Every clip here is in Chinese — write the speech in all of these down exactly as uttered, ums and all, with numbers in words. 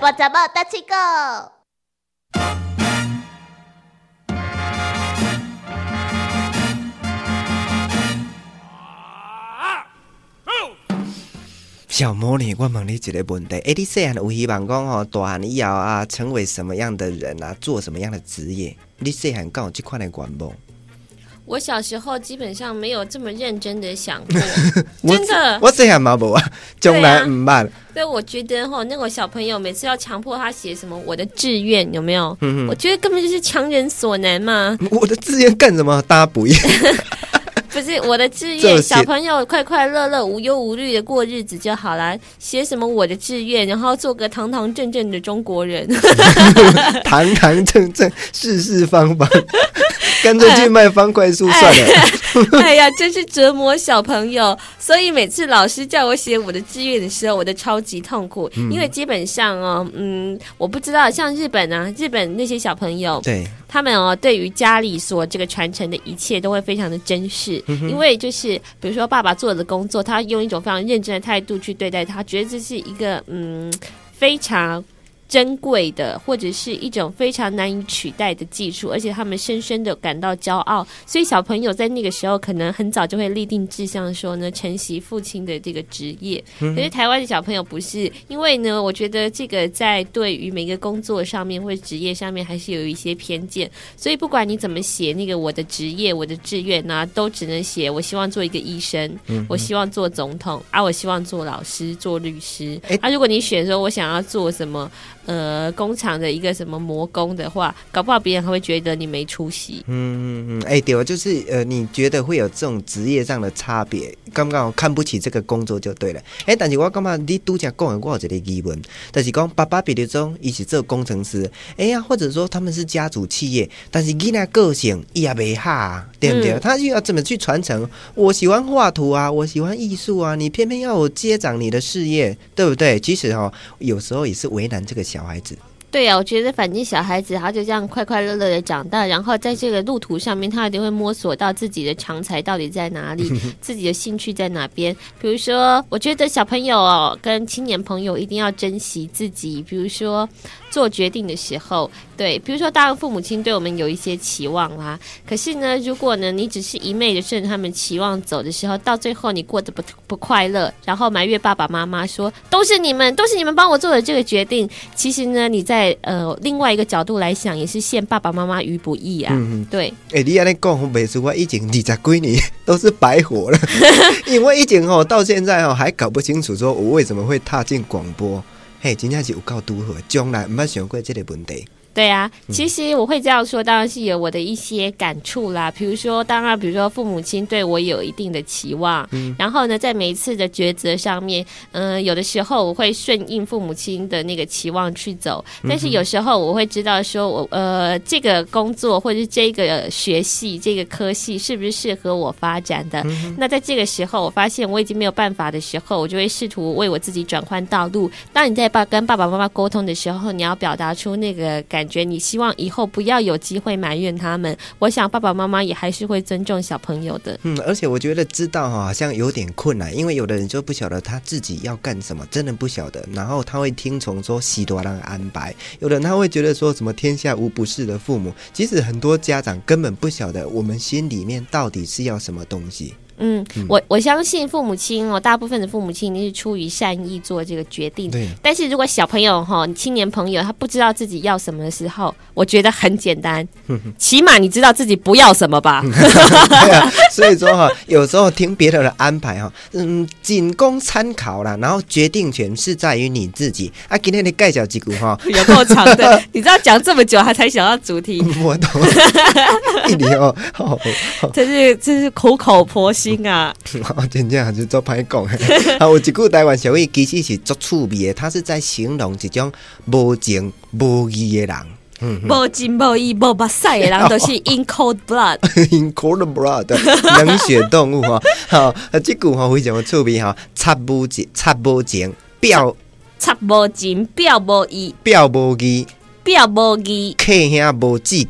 波怎么大气狗？ 小魔女，我问你一个问题：哎，你细汉有希望讲吼，大汉以后啊，成为什么样的人啊，做什么样的职业？你细汉敢有这款的愿望？ 我小时候基本上没有这么认真的想过，真的。 我细汉嘛无啊，从来唔捌。 所以我觉得哈，那个小朋友每次要强迫他写什么我的志愿，有没有？嗯、我觉得根本就是强人所难嘛。 我的志愿干什么？大家不要。 不是我的志愿，小朋友快快乐乐、无忧无虑的过日子就好啦。写什么我的志愿，然后做个堂堂正正的中国人， 堂堂正正、事事方方，干脆去卖方块书算了。 哎, 哎呀，真是折磨小朋友。所以每次老师叫我写我的志愿的时候，我都超级痛苦，嗯、因为基本上哦，嗯，我不知道像日本啊，日本那些小朋友， 对。 他们哦，对于家里所这个传承的一切都会非常的珍视，嗯、因为就是比如说爸爸做的工作，他用一种非常认真的态度去对待他，觉得这是一个嗯非常珍贵的，或者是一种非常难以取代的技术，而且他们深深的感到骄傲，所以小朋友在那个时候可能很早就会立定志向说呢，承袭父亲的这个职业。嗯、可是台湾的小朋友不是，因为呢，我觉得这个在对于每个工作上面或者职业上面还是有一些偏见，所以不管你怎么写那个我的职业、我的志愿啊，都只能写我希望做一个医生，嗯、我希望做总统啊，我希望做老师、做律师。欸、啊，如果你选说我想要做什么？呃，工厂的一个什么模工的话，搞不好别人还会觉得你没出息。嗯嗯嗯，哎、欸，对，就是呃，你觉得会有这种职业上的差别，刚刚看不起这个工作就对了。哎、欸，但是我感觉你拄才讲的，我有一个疑问，就是讲爸爸比如说伊是做工程师，哎、欸、呀、啊，或者说他们是家族企业，但是囡仔个性伊也袂哈，对不对？嗯、他就要怎么去传承？我喜欢画图啊，我喜欢艺术啊，你偏偏要我接掌你的事业，对不对？其实哈、哦，有时候也是为难这个小孩子。 对啊，我觉得反正小孩子他就这样快快乐乐的长大，然后在这个路途上面，他一定会摸索到自己的长才到底在哪里，自己的兴趣在哪边。比如说，我觉得小朋友哦，跟青年朋友一定要珍惜自己，比如说做决定的时候，对，比如说当然父母亲对我们有一些期望啦，可是呢，如果呢你只是一昧的顺他们期望走的时候，到最后你过得不不快乐，然后埋怨爸爸妈妈说都是你们，都是你们帮我做的这个决定，其实呢你在呃另外一个角度来想，也是陷爸爸妈妈于不义啊。嗯、对。 哎、欸，你安尼讲，没事，我以前二十几年都是白活了，因为以前哦到现在哦还搞不清楚说我为什么会踏进广播。嘿，真正是有够拄好，将来唔捌想过这个问题。 对啊，其实我会这样说，当然是有我的一些感触啦。比如说，当然，比如说父母亲对我有一定的期望，嗯、然后呢，在每一次的抉择上面，嗯、呃，有的时候我会顺应父母亲的那个期望去走，但是有时候我会知道说我，呃，这个工作或者是这个学系、这个科系是不是适合我发展的？嗯、那在这个时候，我发现我已经没有办法的时候，我就会试图为我自己转换道路。当你在跟爸爸妈妈沟通的时候，你要表达出那个感。感觉你希望以后不要有机会埋怨他们，我想爸爸妈妈也还是会尊重小朋友的。 嗯，而且我觉得知道好像有点困难，因为有的人就不晓得他自己要干什么，真的不晓得，然后他会听从说西多郎的安排，有的人他会觉得说什么天下无不是的父母，其实很多家长根本不晓得我们心里面到底是要什么东西。 嗯，我我相信父母亲哦，大部分的父母亲一定是出于善意做这个决定。对。但是如果小朋友哈、哦，青年朋友他不知道自己要什么的时候，我觉得很简单，起码你知道自己不要什么吧。 对啊，所以说哈，有时候听别人的安排哈，嗯，仅供参考啦，然后决定权是在于你自己。啊，今天的介绍几句哈， 有够长的，你知道讲这么久，他才想到主题。 我懂，一年哦，哦这是这是苦口婆心。啊， 真正是做歹讲。啊，有一句台湾俗语，其實是足趣味的，它是在形容一種無情無義的人。嗯， 無情無義無目屎的人，都是 in cold blood。in cold blood， 冷血動物哈。好，這句話非常的趣味哈。插無情，插無情，表插無情，表無義， 表無義， 表無義， 客兄無志氣。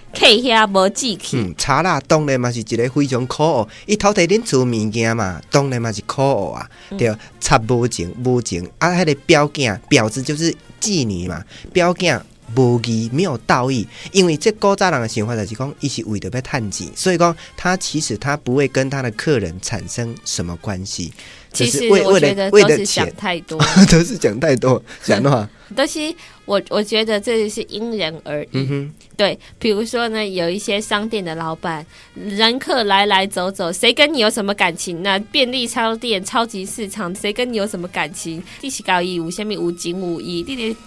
K 遐无志气。 嗯，查啦，当然嘛是一个非常可恶。伊偷摕恁厝物件嘛，当然嘛是可恶啊。嗯、对，插无情无情啊，迄、那个表囝婊子就是妓女嘛，表囝。无义没有道义，因为这古早人的想法就是讲，伊是为着要趁钱，所以讲他其实他不会跟他的客人产生什么关系。 其实我觉得都是想太多， 都是讲太多，讲的话都是我我觉得这是因人而异。嗯哼，对，比如说呢，有一些商店的老板，人客来来走走，谁跟你有什么感情呢？便利商店、超级市场，谁跟你有什么感情？你是搞义有下面无情无义，你得。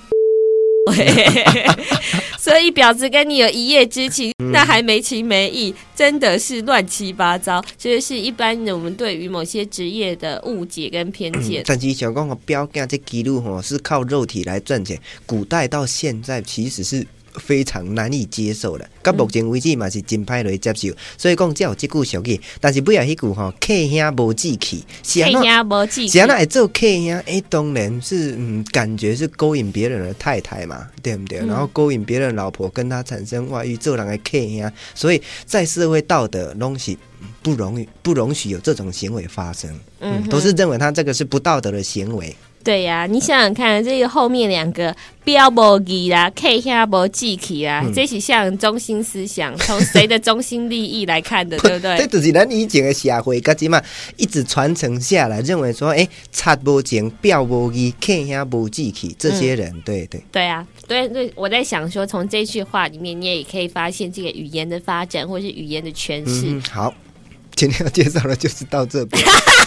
所以婊子跟你有一夜之情，嗯、那还没情没义，真的是乱七八糟。这就是一般人我们对于某些职业的误解跟偏见。 嗯、但是想讲，表囝这记录吼是靠肉体来赚钱，古代到现在其实是非常难以接受的，到目前为止嘛是真歹来接受，所以讲才有这句俗语。但是尾啊迄句吼，客兄无志气， 客兄无志气， 谁那会做客兄？哎，当然是嗯，感觉是勾引别人的太太嘛，对不对？嗯、然后勾引别人老婆，跟他产生外遇，做人的客兄，所以在社会道德东西不容易不容许有这种行为发生，嗯，嗯都是认为他这个是不道德的行为。 对呀、啊，你想想看，这个后面两个标无义啦 ，K 下无志气啦，嗯、这是像中心思想，从谁的中心利益来看的，对不对？ 这就是咱以前的社会，甲即嘛一直传承下来，认为说，哎，插无情，标无义 ，K 下无志气，这些人，嗯、对对对啊，对对，我在想说，从这句话里面，你也可以发现这个语言的发展，或是语言的诠释、嗯。 好，今天要介绍的就是到这边。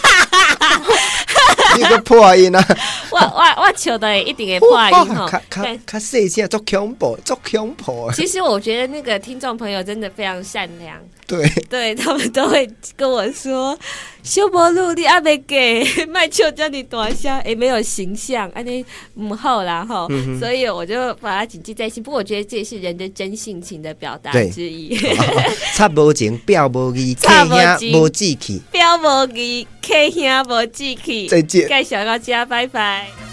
你个破音啊！ 我我我笑的一定会破音哈， 较较较细声，足恐怖，足恐怖。 其实我觉得那个听众朋友真的非常善良， 对， 对他们都会跟我说：“小波路你阿没给卖笑叫你大声，也没有形象，安尼唔好啦哈。嗯”所以我就把它谨记在心。不过我觉得这也是人的真性情的表达之一。 插无情，表无义，客兄无志气， 表无义，客兄无志气。 再见。 介绍到家，拜拜。